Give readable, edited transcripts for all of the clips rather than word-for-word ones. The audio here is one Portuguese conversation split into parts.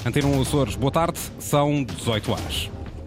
Antena 1 Açores, boa tarde, são 18 horas.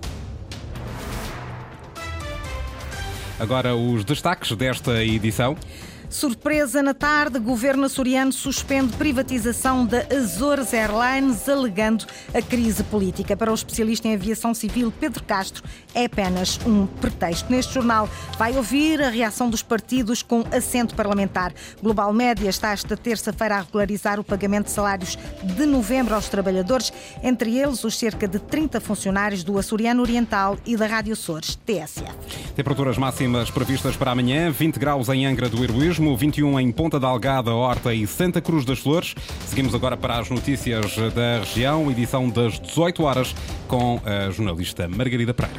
Agora os destaques desta edição. Surpresa na tarde, governo açoriano suspende privatização da Azores Airlines, alegando a crise política. Para o especialista em aviação civil Pedro Castro, é apenas um pretexto. Neste jornal vai ouvir a reação dos partidos com assento parlamentar. Global Média está esta terça-feira a regularizar o pagamento de salários de novembro aos trabalhadores, entre eles os cerca de 30 funcionários do Açoriano Oriental e da Rádio Açores, TSF. Temperaturas máximas previstas para amanhã, 20 graus em Angra do Heroísmo, 21 em Ponta da Algada, Horta e Santa Cruz das Flores. Seguimos agora para as notícias da região, edição das 18 horas, com a jornalista Margarida Pereira.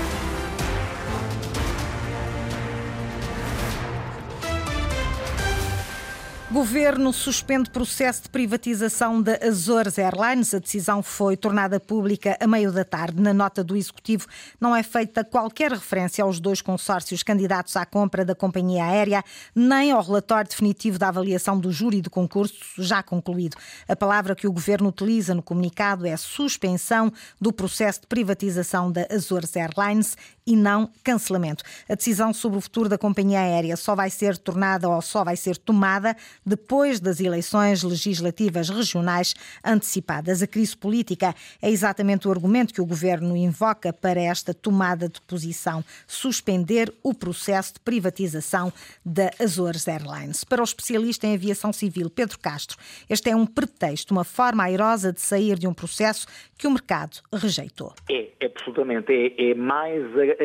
Governo suspende processo de privatização da Azores Airlines. A decisão foi tornada pública a meio da tarde. Na nota do Executivo não é feita qualquer referência aos dois consórcios candidatos à compra da companhia aérea, nem ao relatório definitivo da avaliação do júri do concurso já concluído. A palavra que o Governo utiliza no comunicado é suspensão do processo de privatização da Azores Airlines e não cancelamento. A decisão sobre o futuro da companhia aérea só vai ser tornada ou só vai ser tomada depois das eleições legislativas regionais antecipadas. A crise política é exatamente o argumento que o Governo invoca para esta tomada de posição, suspender o processo de privatização da Azores Airlines. Para o especialista em aviação civil Pedro Castro, este é um pretexto, uma forma airosa de sair de um processo que o mercado rejeitou. Absolutamente. É mais,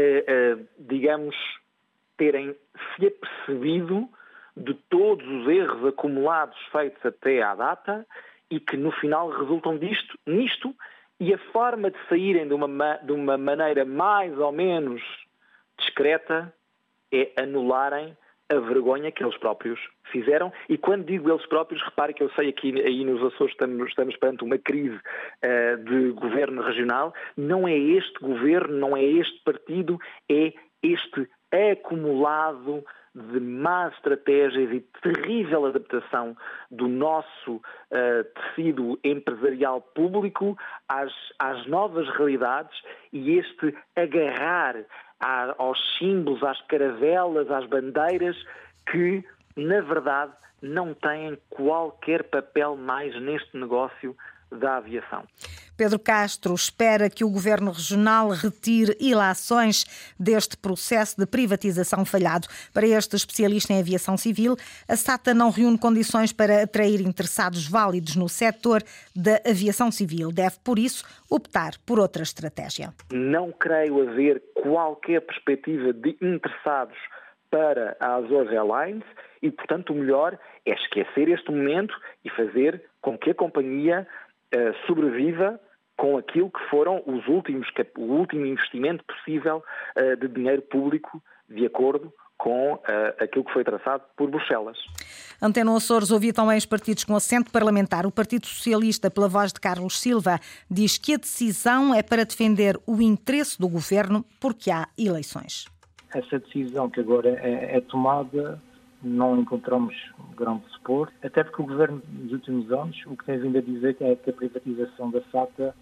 digamos, terem se apercebido de todos os erros acumulados feitos até à data e que no final resultam nisto, e a forma de saírem de uma maneira mais ou menos discreta é anularem a vergonha que eles próprios fizeram. E quando digo eles próprios, repare que eu sei que aí nos Açores estamos perante uma crise de governo regional. Não é este governo, não é este partido, é este acumulado de más estratégias e terrível adaptação do nosso tecido empresarial público às novas realidades, e este agarrar aos símbolos, às caravelas, às bandeiras, que, na verdade, não têm qualquer papel mais neste negócio da aviação. Pedro Castro espera que o Governo Regional retire ilações deste processo de privatização falhado. Para este especialista em aviação civil, a SATA não reúne condições para atrair interessados válidos no setor da aviação civil. Deve, por isso, optar por outra estratégia. Não creio haver qualquer perspectiva de interessados para a Azores Airlines e, portanto, o melhor é esquecer este momento e fazer com que a companhia sobreviva com aquilo que foram o último investimento possível de dinheiro público, de acordo com aquilo que foi traçado por Bruxelas. Antena Açores ouvia também os partidos com assento parlamentar. O Partido Socialista, pela voz de Carlos Silva, diz que a decisão é para defender o interesse do governo porque há eleições. Essa decisão que agora é tomada, não encontramos grande suporte, até porque o Governo, nos últimos anos, o que tem vindo a dizer é que a privatização da SATA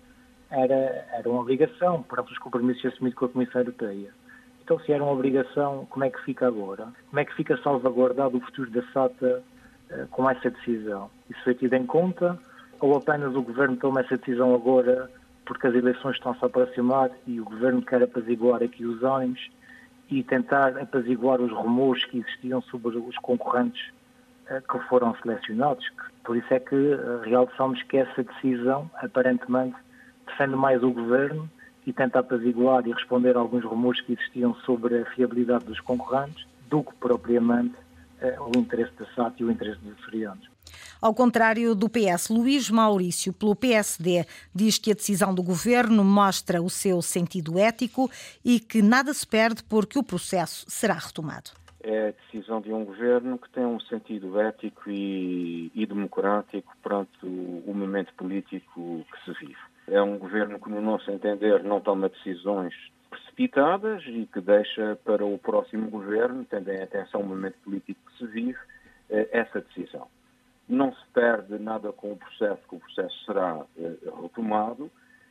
era uma obrigação para os compromissos assumidos com a Comissão Europeia. Então, se era uma obrigação, como é que fica agora? Como é que fica salvaguardado o futuro da SATA com essa decisão? Isso foi tido em conta, ou apenas o Governo toma essa decisão agora porque as eleições estão-se a aproximar e o Governo quer apaziguar aqui os ânimos e tentar apaziguar os rumores que existiam sobre os concorrentes que foram selecionados? Por isso é que realçamos que essa decisão, aparentemente, defende mais o Governo e tenta apaziguar e responder a alguns rumores que existiam sobre a fiabilidade dos concorrentes, do que propriamente o interesse da SAT e o interesse dos açorianos. Ao contrário do PS, Luís Maurício, pelo PSD, diz que a decisão do Governo mostra o seu sentido ético e que nada se perde porque o processo será retomado. É a decisão de um Governo que tem um sentido ético e democrático perante o momento político que se vive. É um Governo que, no nosso entender, não toma decisões precipitadas e que deixa para o próximo Governo, tendo em atenção o momento político que se vive, essa decisão. não se perde nada com o processo, que o processo será retomado,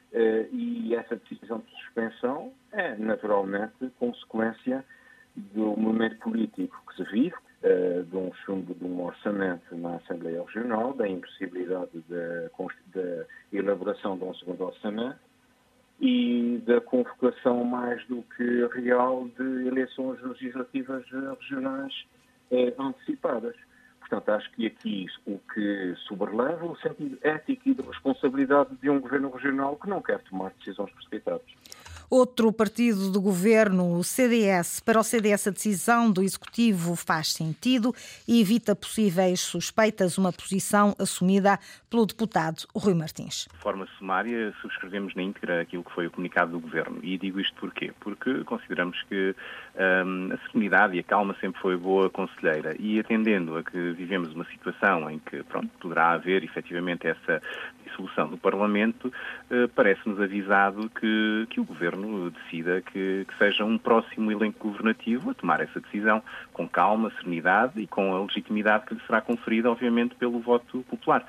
e essa decisão de suspensão é naturalmente consequência do momento político que se vive, de um chumbo de um orçamento na Assembleia Regional, da impossibilidade da elaboração de um segundo orçamento e da convocação mais do que real de eleições legislativas regionais antecipadas. Portanto, acho que aqui o que sobreleva o sentido ético e de responsabilidade de um governo regional que não quer tomar decisões precipitadas. Outro partido do governo, o CDS. Para o CDS, a decisão do Executivo faz sentido e evita possíveis suspeitas, uma posição assumida pelo deputado Rui Martins. De forma sumária, subscrevemos na íntegra aquilo que foi o comunicado do governo. E digo isto porquê? Porque consideramos que a serenidade e a calma sempre foi boa conselheira. E atendendo a que vivemos uma situação em que poderá haver efetivamente essa dissolução do Parlamento, parece-nos avisado que o governo decida que seja um próximo elenco governativo a tomar essa decisão com calma, serenidade e com a legitimidade que lhe será conferida, obviamente, pelo voto popular.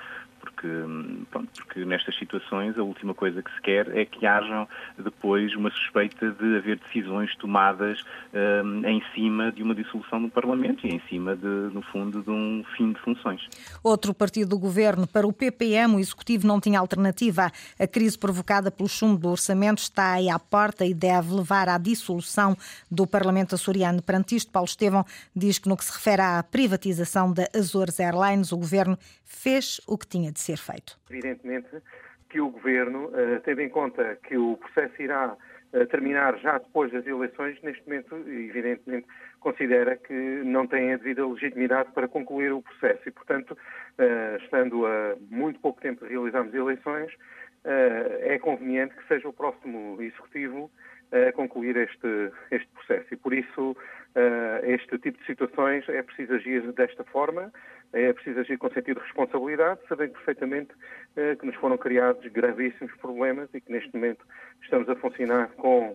Porque nestas situações a última coisa que se quer é que hajam depois uma suspeita de haver decisões tomadas em cima de uma dissolução do Parlamento e em cima, no fundo, de um fim de funções. Outro partido do governo. Para o PPM, o Executivo não tinha alternativa. A crise provocada pelo chumbo do orçamento está aí à porta e deve levar à dissolução do Parlamento açoriano. Perante isto, Paulo Estevão diz que no que se refere à privatização da Azores Airlines, o governo fez o que tinha de ser feito. Evidentemente que o Governo, tendo em conta que o processo irá terminar já depois das eleições, neste momento, evidentemente, considera que não tem a devida legitimidade para concluir o processo e, portanto, estando a muito pouco tempo de realizarmos eleições, é conveniente que seja o próximo Executivo a concluir este processo. E, por isso, este tipo de situações é preciso agir desta forma, é preciso agir com sentido de responsabilidade, sabendo perfeitamente que nos foram criados gravíssimos problemas e que neste momento estamos a funcionar com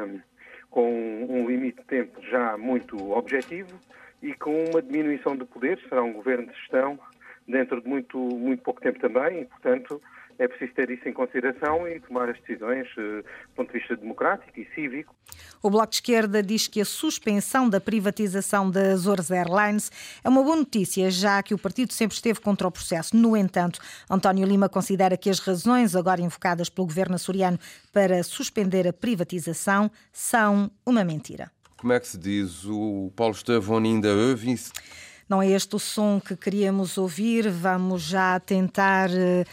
um limite de tempo já muito objetivo e com uma diminuição de poderes. Será um governo de gestão dentro de muito pouco tempo também e, portanto, é preciso ter isso em consideração e tomar as decisões do ponto de vista democrático e cívico. O Bloco de Esquerda diz que a suspensão da privatização da Azores Airlines é uma boa notícia, já que o partido sempre esteve contra o processo. No entanto, António Lima considera que as razões agora invocadas pelo governo açoriano para suspender a privatização são uma mentira. Como é que se diz? O Paulo Estevão ainda ouve-se? Não é este o som que queríamos ouvir. Vamos já tentar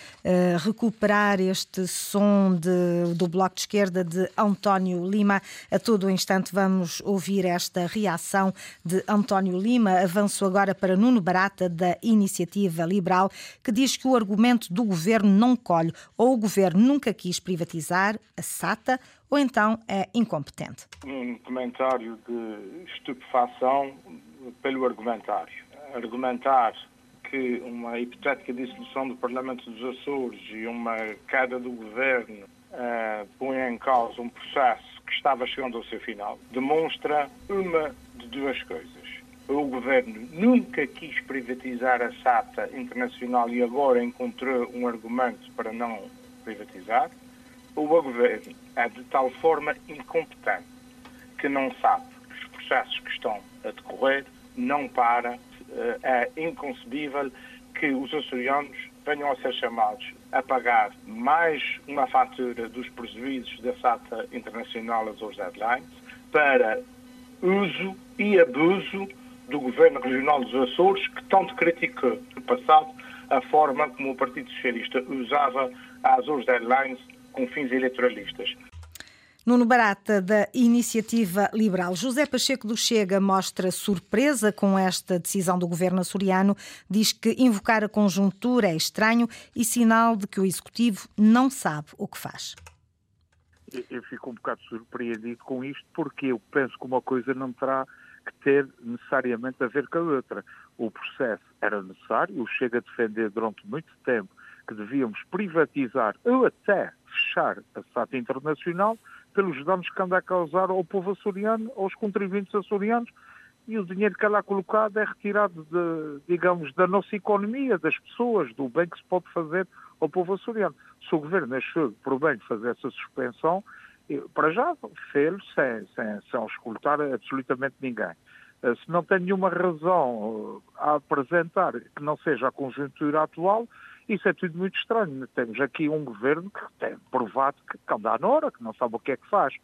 recuperar este som do Bloco de Esquerda de António Lima. A todo o instante vamos ouvir esta reação de António Lima. Avanço agora para Nuno Barata, da Iniciativa Liberal, que diz que o argumento do governo não colhe. Ou o governo nunca quis privatizar a SATA, ou então é incompetente. Um comentário de estupefação pelo argumentário. Argumentar que uma hipotética dissolução do Parlamento dos Açores e uma queda do governo põe em causa um processo que estava chegando ao seu final, demonstra uma de duas coisas. O governo nunca quis privatizar a SATA Internacional e agora encontrou um argumento para não privatizar, ou o governo é de tal forma incompetente que não sabe que os processos que estão a decorrer não param. É inconcebível que os açorianos venham a ser chamados a pagar mais uma fatura dos prejuízos da SATA Internacional Azores Airlines para uso e abuso do Governo Regional dos Açores, que tanto criticou no passado a forma como o Partido Socialista usava a Azores Airlines com fins eleitoralistas. Nuno Barata, da Iniciativa Liberal. José Pacheco do Chega mostra surpresa com esta decisão do governo açoriano. Diz que invocar a conjuntura é estranho e sinal de que o Executivo não sabe o que faz. Eu fico um bocado surpreendido com isto, porque eu penso que uma coisa não terá que ter necessariamente a ver com a outra. O processo era necessário, o Chega a defender durante muito tempo que devíamos privatizar ou até fechar a SATA Internacional pelos danos que anda a causar ao povo açoriano, aos contribuintes açorianos e o dinheiro que é lá colocado é retirado, digamos, da nossa economia, das pessoas, do bem que se pode fazer ao povo açoriano. Se o Governo achou por bem fazer essa suspensão, para já fez-lo sem auscultar absolutamente ninguém. Se não tem nenhuma razão a apresentar que não seja a conjuntura atual, isso é tudo muito estranho. Temos aqui um Governo que tem provado que anda na hora, que não sabe o que é que faz.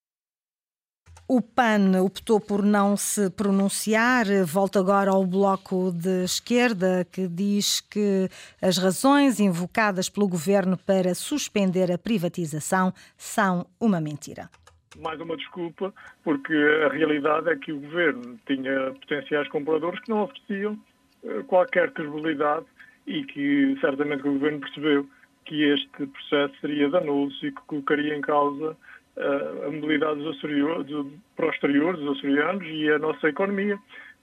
O PAN optou por não se pronunciar, volta agora ao Bloco de Esquerda, que diz que as razões invocadas pelo Governo para suspender a privatização são uma mentira. Mais uma desculpa, porque a realidade é que o Governo tinha potenciais compradores que não ofereciam qualquer credibilidade e que certamente o Governo percebeu que este processo seria danoso e que colocaria em causa a mobilidade para o exterior dos açorianos e a nossa economia.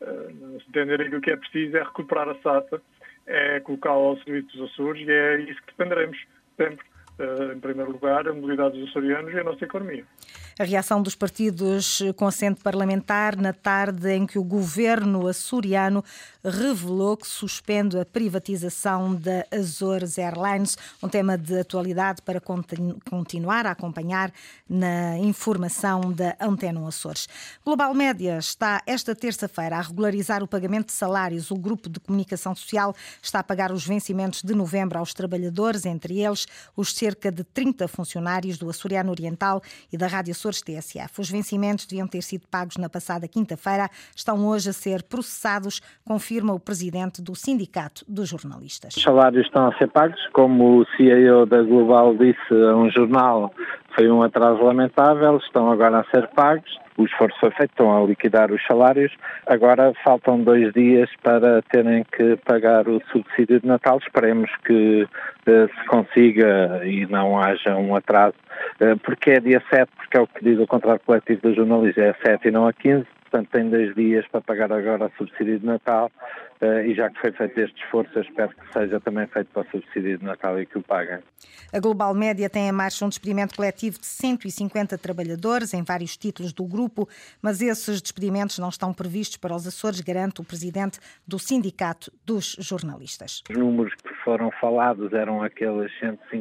Se entenderem que o que é preciso é recuperar a SATA, é colocá-la ao serviço dos Açores e é isso que defenderemos sempre. Em primeiro lugar, a mobilidade dos açorianos e a nossa economia. A reação dos partidos com assento parlamentar na tarde em que o governo açoriano revelou que suspende a privatização da Azores Airlines, um tema de atualidade para continuar a acompanhar na informação da Antena Açores. Global Média está esta terça-feira a regularizar o pagamento de salários. O grupo de comunicação social está a pagar os vencimentos de novembro aos trabalhadores, entre eles os cerca de 30 funcionários do Açoriano Oriental e da Rádio Açores TSF. Os vencimentos deviam ter sido pagos na passada quinta-feira, estão hoje a ser processados, confirma o presidente do Sindicato dos Jornalistas. Os salários estão a ser pagos, como o CEO da Global disse a um jornal, foi um atraso lamentável, estão agora a ser pagos. O esforço foi feito, estão a liquidar os salários. Agora faltam 2 dias para terem que pagar o subsídio de Natal. Esperemos que se consiga e não haja um atraso, porque é dia 7, porque é o que diz o contrato coletivo dos jornalistas, é a 7 e não a 15. Portanto, tem 2 dias para pagar agora o subsídio de Natal e já que foi feito este esforço, eu espero que seja também feito para o subsídio de Natal e que o paguem. A Global Média tem em marcha um despedimento coletivo de 150 trabalhadores em vários títulos do grupo, mas esses despedimentos não estão previstos para os Açores, garante o presidente do Sindicato dos Jornalistas. Os números que foram falados eram aqueles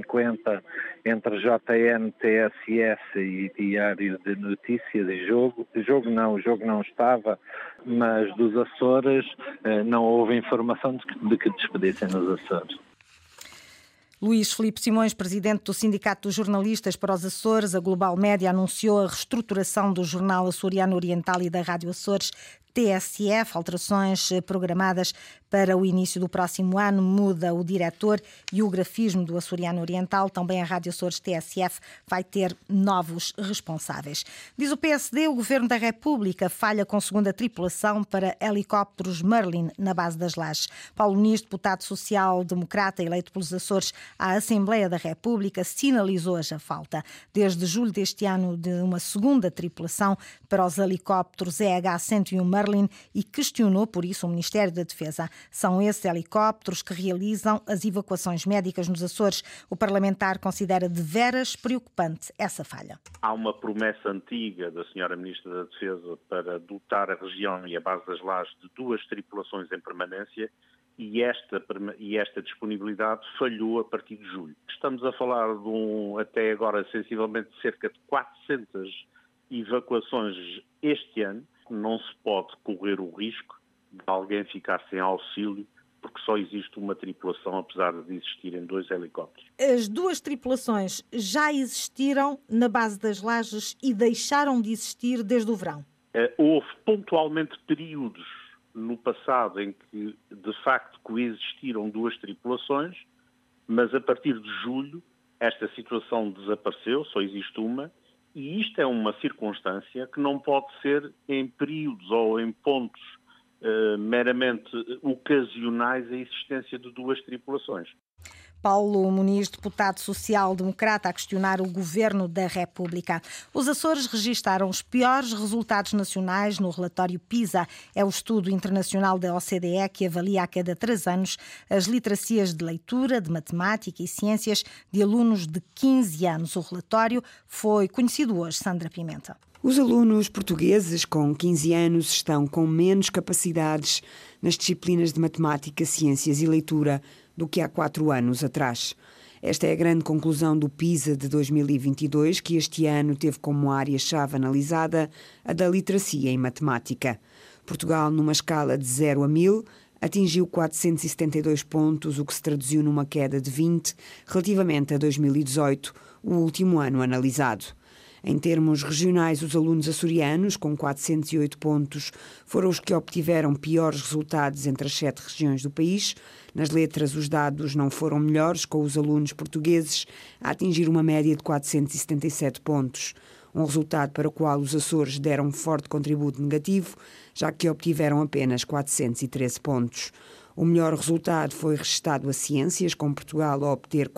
150 entre JN, TSF e Diário de Notícias e Jogo. O jogo não estava, mas dos Açores não houve informação de que despedissem nos Açores. Luís Filipe Simões, presidente do Sindicato dos Jornalistas para os Açores, a Global Média anunciou a reestruturação do Jornal Açoriano Oriental e da Rádio Açores TSF, alterações programadas para o início do próximo ano, muda o diretor e o grafismo do Açoriano Oriental. Também a Rádio Açores TSF vai ter novos responsáveis. Diz o PSD, o Governo da República falha com segunda tripulação para helicópteros Merlin na base das Lajes. Paulo Muniz, deputado social-democrata eleito pelos Açores à Assembleia da República, sinalizou a falta desde julho deste ano de uma segunda tripulação para os helicópteros EH-101 Merlin e questionou por isso o Ministério da Defesa. São esses helicópteros que realizam as evacuações médicas nos Açores. O parlamentar considera de veras preocupante essa falha. Há uma promessa antiga da Sra. Ministra da Defesa para dotar a região e a base das Lajes de 2 tripulações em permanência e esta disponibilidade falhou a partir de julho. Estamos a falar de até agora sensivelmente cerca de 400 evacuações este ano. Não se pode correr o risco de alguém ficar sem auxílio porque só existe uma tripulação, apesar de existirem 2 helicópteros. As 2 tripulações já existiram na base das Lajes e deixaram de existir desde o verão? Houve pontualmente períodos no passado em que, de facto, coexistiram 2 tripulações, mas a partir de julho esta situação desapareceu, só existe uma. E isto é uma circunstância que não pode ser em períodos ou em pontos meramente ocasionais a existência de 2 tripulações. Paulo Muniz, deputado social-democrata, a questionar o Governo da República. Os Açores registaram os piores resultados nacionais no relatório PISA. É o estudo internacional da OCDE que avalia a cada 3 anos as literacias de leitura, de matemática e ciências de alunos de 15 anos. O relatório foi conhecido hoje. Sandra Pimenta. Os alunos portugueses com 15 anos estão com menos capacidades nas disciplinas de matemática, ciências e leitura do que há 4 anos atrás. Esta é a grande conclusão do PISA de 2022, que este ano teve como área-chave analisada a da literacia em matemática. Portugal, numa escala de 0 a 1000, atingiu 472 pontos, o que se traduziu numa queda de 20 relativamente a 2018, o último ano analisado. Em termos regionais, os alunos açorianos, com 408 pontos, foram os que obtiveram piores resultados entre as 7 regiões do país. Nas letras, os dados não foram melhores, com os alunos portugueses a atingir uma média de 477 pontos. Um resultado para o qual os Açores deram um forte contributo negativo, já que obtiveram apenas 413 pontos. O melhor resultado foi registado a Ciências, com Portugal a obter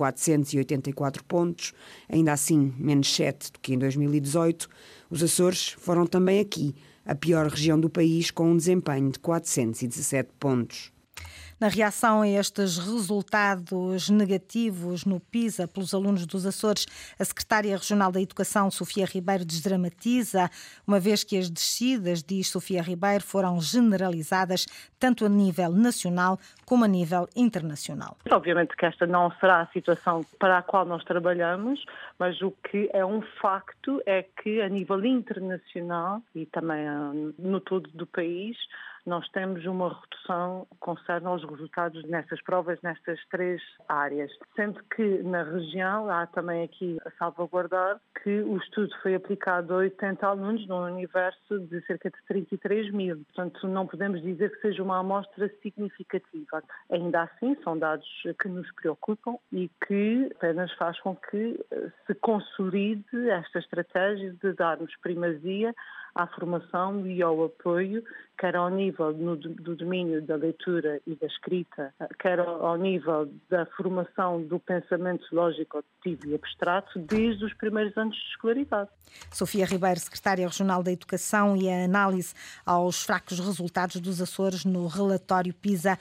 484 pontos, ainda assim menos 7 do que em 2018. Os Açores foram também aqui a pior região do país, com um desempenho de 417 pontos. Na reação a estes resultados negativos no PISA pelos alunos dos Açores, a secretária regional da Educação, Sofia Ribeiro, desdramatiza, uma vez que as descidas, diz Sofia Ribeiro, foram generalizadas tanto a nível nacional como a nível internacional. Obviamente que esta não será a situação para a qual nós trabalhamos, mas o que é um facto é que a nível internacional e também no todo do país, nós temos uma redução concerne aos resultados nessas provas, nestas 3 áreas. Sendo que na região há também aqui a salvaguardar que o estudo foi aplicado a 80 alunos num universo de cerca de 33 mil. Portanto, não podemos dizer que seja uma amostra significativa. Ainda assim, são dados que nos preocupam e que apenas faz com que se consolide esta estratégia de darmos primazia à formação e ao apoio, quer ao nível do domínio da leitura e da escrita, quer ao nível da formação do pensamento lógico, dedutivo e abstrato, desde os primeiros anos de escolaridade. Sofia Ribeiro, secretária regional da Educação, e a análise aos fracos resultados dos Açores no relatório PISA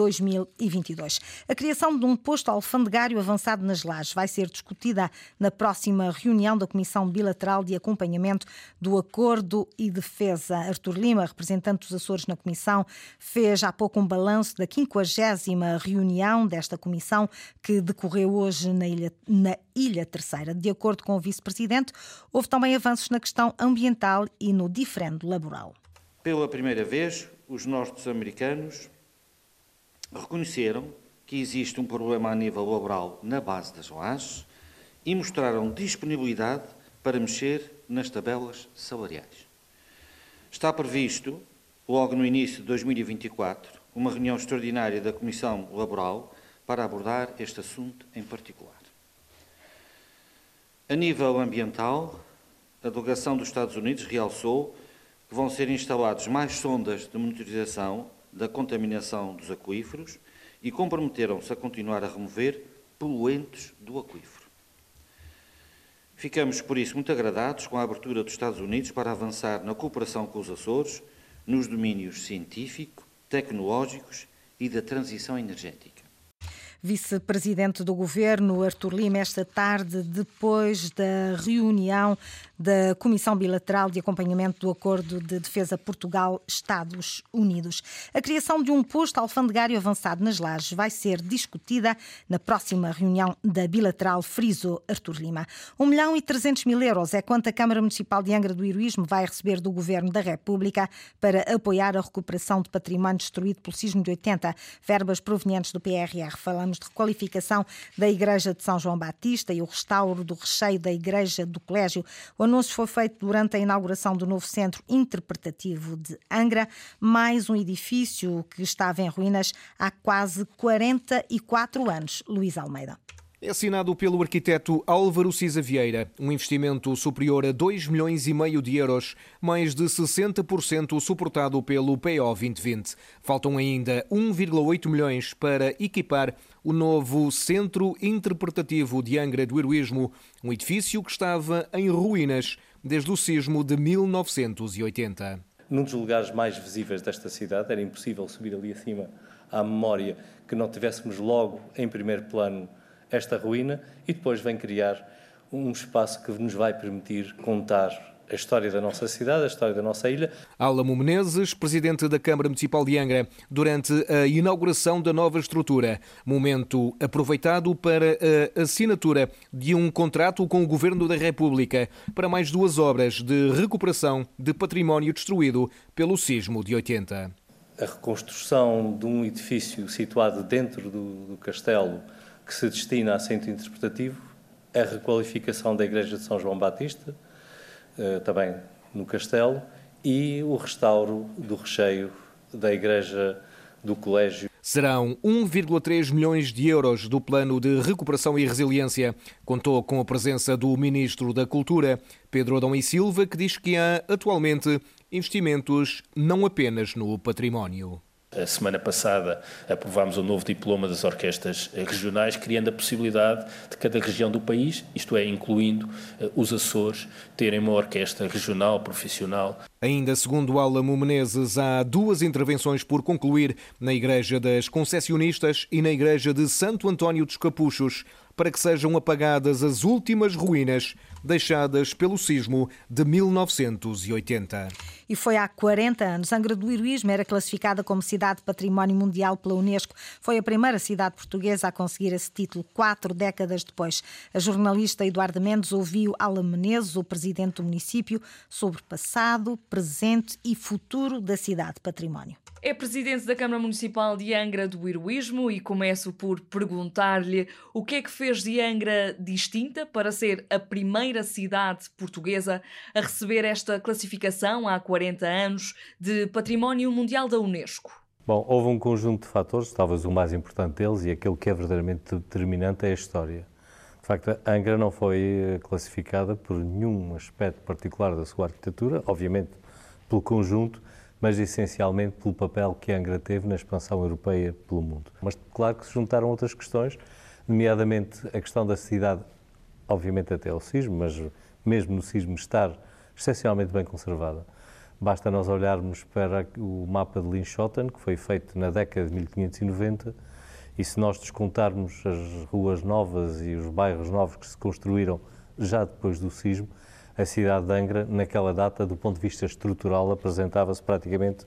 2022. A criação de um posto alfandegário avançado nas Lajes vai ser discutida na próxima reunião da Comissão Bilateral de Acompanhamento do Acordo e Defesa. Artur Lima, representante dos Açores na Comissão, fez há pouco um balanço da 50ª reunião desta Comissão, que decorreu hoje na Ilha Terceira. De acordo com o vice-presidente, houve também avanços na questão ambiental e no diferendo laboral. Pela primeira vez, os norte-americanos reconheceram que existe um problema a nível laboral na base das lajes e mostraram disponibilidade para mexer nas tabelas salariais. Está previsto, logo no início de 2024, uma reunião extraordinária da Comissão Laboral para abordar este assunto em particular. A nível ambiental, a delegação dos Estados Unidos realçou que vão ser instalados mais sondas de monitorização da contaminação dos aquíferos e comprometeram-se a continuar a remover poluentes do aquífero. Ficamos, por isso, muito agradados com a abertura dos Estados Unidos para avançar na cooperação com os Açores nos domínios científico, tecnológicos e da transição energética. Vice-presidente do Governo, Artur Lima, esta tarde, depois da reunião da Comissão Bilateral de Acompanhamento do Acordo de Defesa Portugal-Estados Unidos. A criação de um posto alfandegário avançado nas Lajes vai ser discutida na próxima reunião da Bilateral, frisou Artur Lima. 1.300.000 euros é quanto a Câmara Municipal de Angra do Heroísmo vai receber do Governo da República para apoiar a recuperação de património destruído pelo sismo de 80, verbas provenientes do PRR. Falamos de requalificação da Igreja de São João Batista e o restauro do recheio da Igreja do Colégio. O anúncio foi feito durante a inauguração do novo Centro Interpretativo de Angra, mais um edifício que estava em ruínas há quase 44 anos. Luís Almeida. É assinado pelo arquiteto Álvaro Cisa Vieira, um investimento superior a 2,5 milhões de euros, mais de 60% suportado pelo PO 2020. Faltam ainda 1,8 milhões para equipar o novo Centro Interpretativo de Angra do Heroísmo, um edifício que estava em ruínas desde o sismo de 1980. Num dos lugares mais visíveis desta cidade, era impossível subir ali acima à memória que não tivéssemos logo em primeiro plano esta ruína, e depois vem criar um espaço que nos vai permitir contar a história da nossa cidade, a história da nossa ilha. Álamo Menezes, presidente da Câmara Municipal de Angra, durante a inauguração da nova estrutura. Momento aproveitado para a assinatura de um contrato com o Governo da República para mais 2 obras de recuperação de património destruído pelo sismo de 80. A reconstrução de um edifício situado dentro do castelo que se destina a centro interpretativo, a requalificação da Igreja de São João Batista, também no castelo, e o restauro do recheio da Igreja do Colégio. Serão 1,3 milhões de euros do Plano de Recuperação e Resiliência. Contou com a presença do Ministro da Cultura, Pedro Adão e Silva, que diz que há atualmente investimentos não apenas no património. A semana passada aprovámos o novo diploma das orquestras regionais, criando a possibilidade de cada região do país, isto é, incluindo os Açores, terem uma orquestra regional profissional. Ainda segundo Álamo Menezes, há 2 intervenções por concluir na Igreja das Concessionistas e na Igreja de Santo António dos Capuchos, para que sejam apagadas as últimas ruínas deixadas pelo sismo de 1980. E foi há 40 anos. Angra do Heroísmo era classificada como Cidade Património Mundial pela Unesco. Foi a primeira cidade portuguesa a conseguir esse título 4 décadas depois. A jornalista Eduarda Mendes ouviu Álamo Menezes, o presidente do município, sobre passado, presente e futuro da Cidade Património. É presidente da Câmara Municipal de Angra do Heroísmo e começo por perguntar-lhe o que é que fez de Angra distinta para ser a primeira cidade portuguesa a receber esta classificação há 40 anos de Património Mundial da Unesco. Bom, houve um conjunto de fatores, talvez o mais importante deles e aquele que é verdadeiramente determinante é a história. De facto, a Angra não foi classificada por nenhum aspecto particular da sua arquitetura, obviamente pelo conjunto, mas essencialmente pelo papel que Angra teve na expansão europeia pelo mundo. Mas claro que se juntaram outras questões, nomeadamente a questão da cidade, obviamente até ao sismo, mas mesmo no sismo estar excepcionalmente bem conservada. Basta nós olharmos para o mapa de Linschoten, que foi feito na década de 1590, e se nós descontarmos as ruas novas e os bairros novos que se construíram já depois do sismo, a cidade de Angra, naquela data, do ponto de vista estrutural, apresentava-se praticamente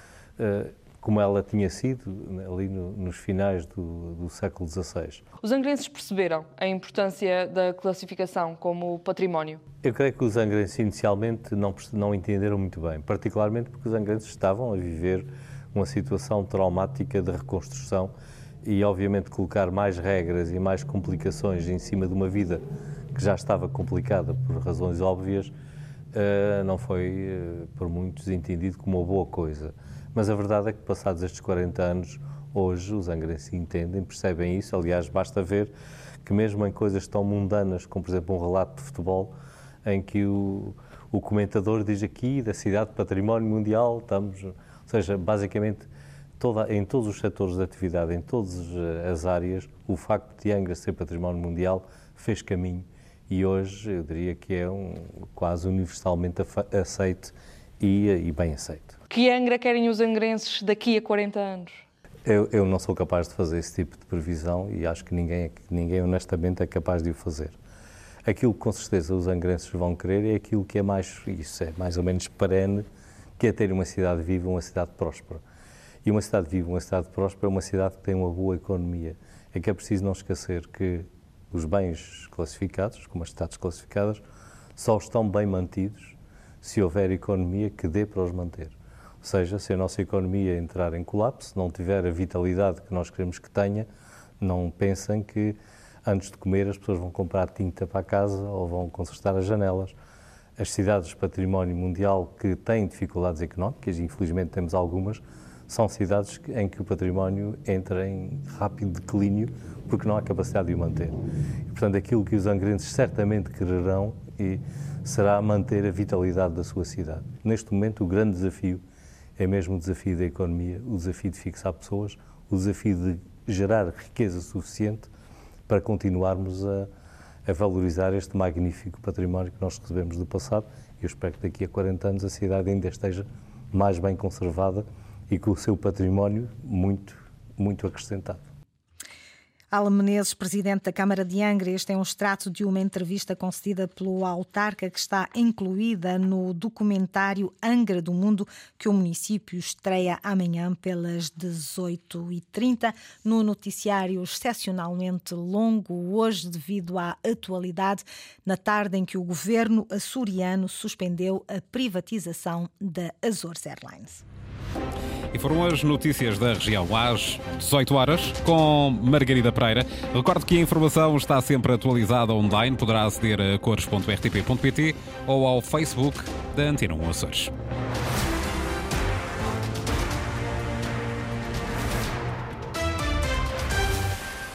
como ela tinha sido ali nos finais do século XVI. Os angrenses perceberam a importância da classificação como património? Eu creio que os angrenses inicialmente não entenderam muito bem, particularmente porque os angrenses estavam a viver uma situação traumática de reconstrução e, obviamente, colocar mais regras e mais complicações em cima de uma vida que já estava complicada por razões óbvias, não foi por muitos entendido como uma boa coisa. Mas a verdade é que, passados estes 40 anos, hoje os angrenses entendem, percebem isso. Aliás, basta ver que mesmo em coisas tão mundanas, como por exemplo um relato de futebol, em que o comentador diz aqui da cidade património mundial, estamos, ou seja, basicamente em todos os setores de atividade, em todas as áreas, o facto de Angra ser património mundial fez caminho. E hoje eu diria que é quase universalmente aceito e bem aceito. Que Angra querem os angrenses daqui a 40 anos? Eu não sou capaz de fazer esse tipo de previsão e acho que ninguém honestamente é capaz de o fazer. Aquilo que com certeza os angrenses vão querer é aquilo que é mais, isso é mais ou menos perene, que é ter uma cidade viva, uma cidade próspera. E uma cidade viva, uma cidade próspera é uma cidade que tem uma boa economia. É que é preciso não esquecer que os bens classificados, como as cidades classificadas, só estão bem mantidos se houver economia que dê para os manter. Ou seja, se a nossa economia entrar em colapso, não tiver a vitalidade que nós queremos que tenha, não pensem que antes de comer as pessoas vão comprar tinta para a casa ou vão consertar as janelas. As cidades património mundial que têm dificuldades económicas, e infelizmente temos algumas, são cidades em que o património entra em rápido declínio porque não há capacidade de o manter. E, portanto, aquilo que os angrenses certamente quererão será manter a vitalidade da sua cidade. Neste momento, o grande desafio é mesmo o desafio da economia, o desafio de fixar pessoas, o desafio de gerar riqueza suficiente para continuarmos a valorizar este magnífico património que nós recebemos do passado. Eu espero que daqui a 40 anos a cidade ainda esteja mais bem conservada e com o seu património muito, muito acrescentado. Alan Menezes, presidente da Câmara de Angra, este é um extrato de uma entrevista concedida pelo autarca que está incluída no documentário Angra do Mundo, que o município estreia amanhã pelas 18h30, no noticiário excepcionalmente longo hoje devido à atualidade, na tarde em que o governo açoriano suspendeu a privatização da Azores Airlines. E foram as notícias da região às 18 horas com Margarida Pereira. Recordo que a informação está sempre atualizada online. Poderá aceder a cores.rtp.pt ou ao Facebook da Antena 1 Açores.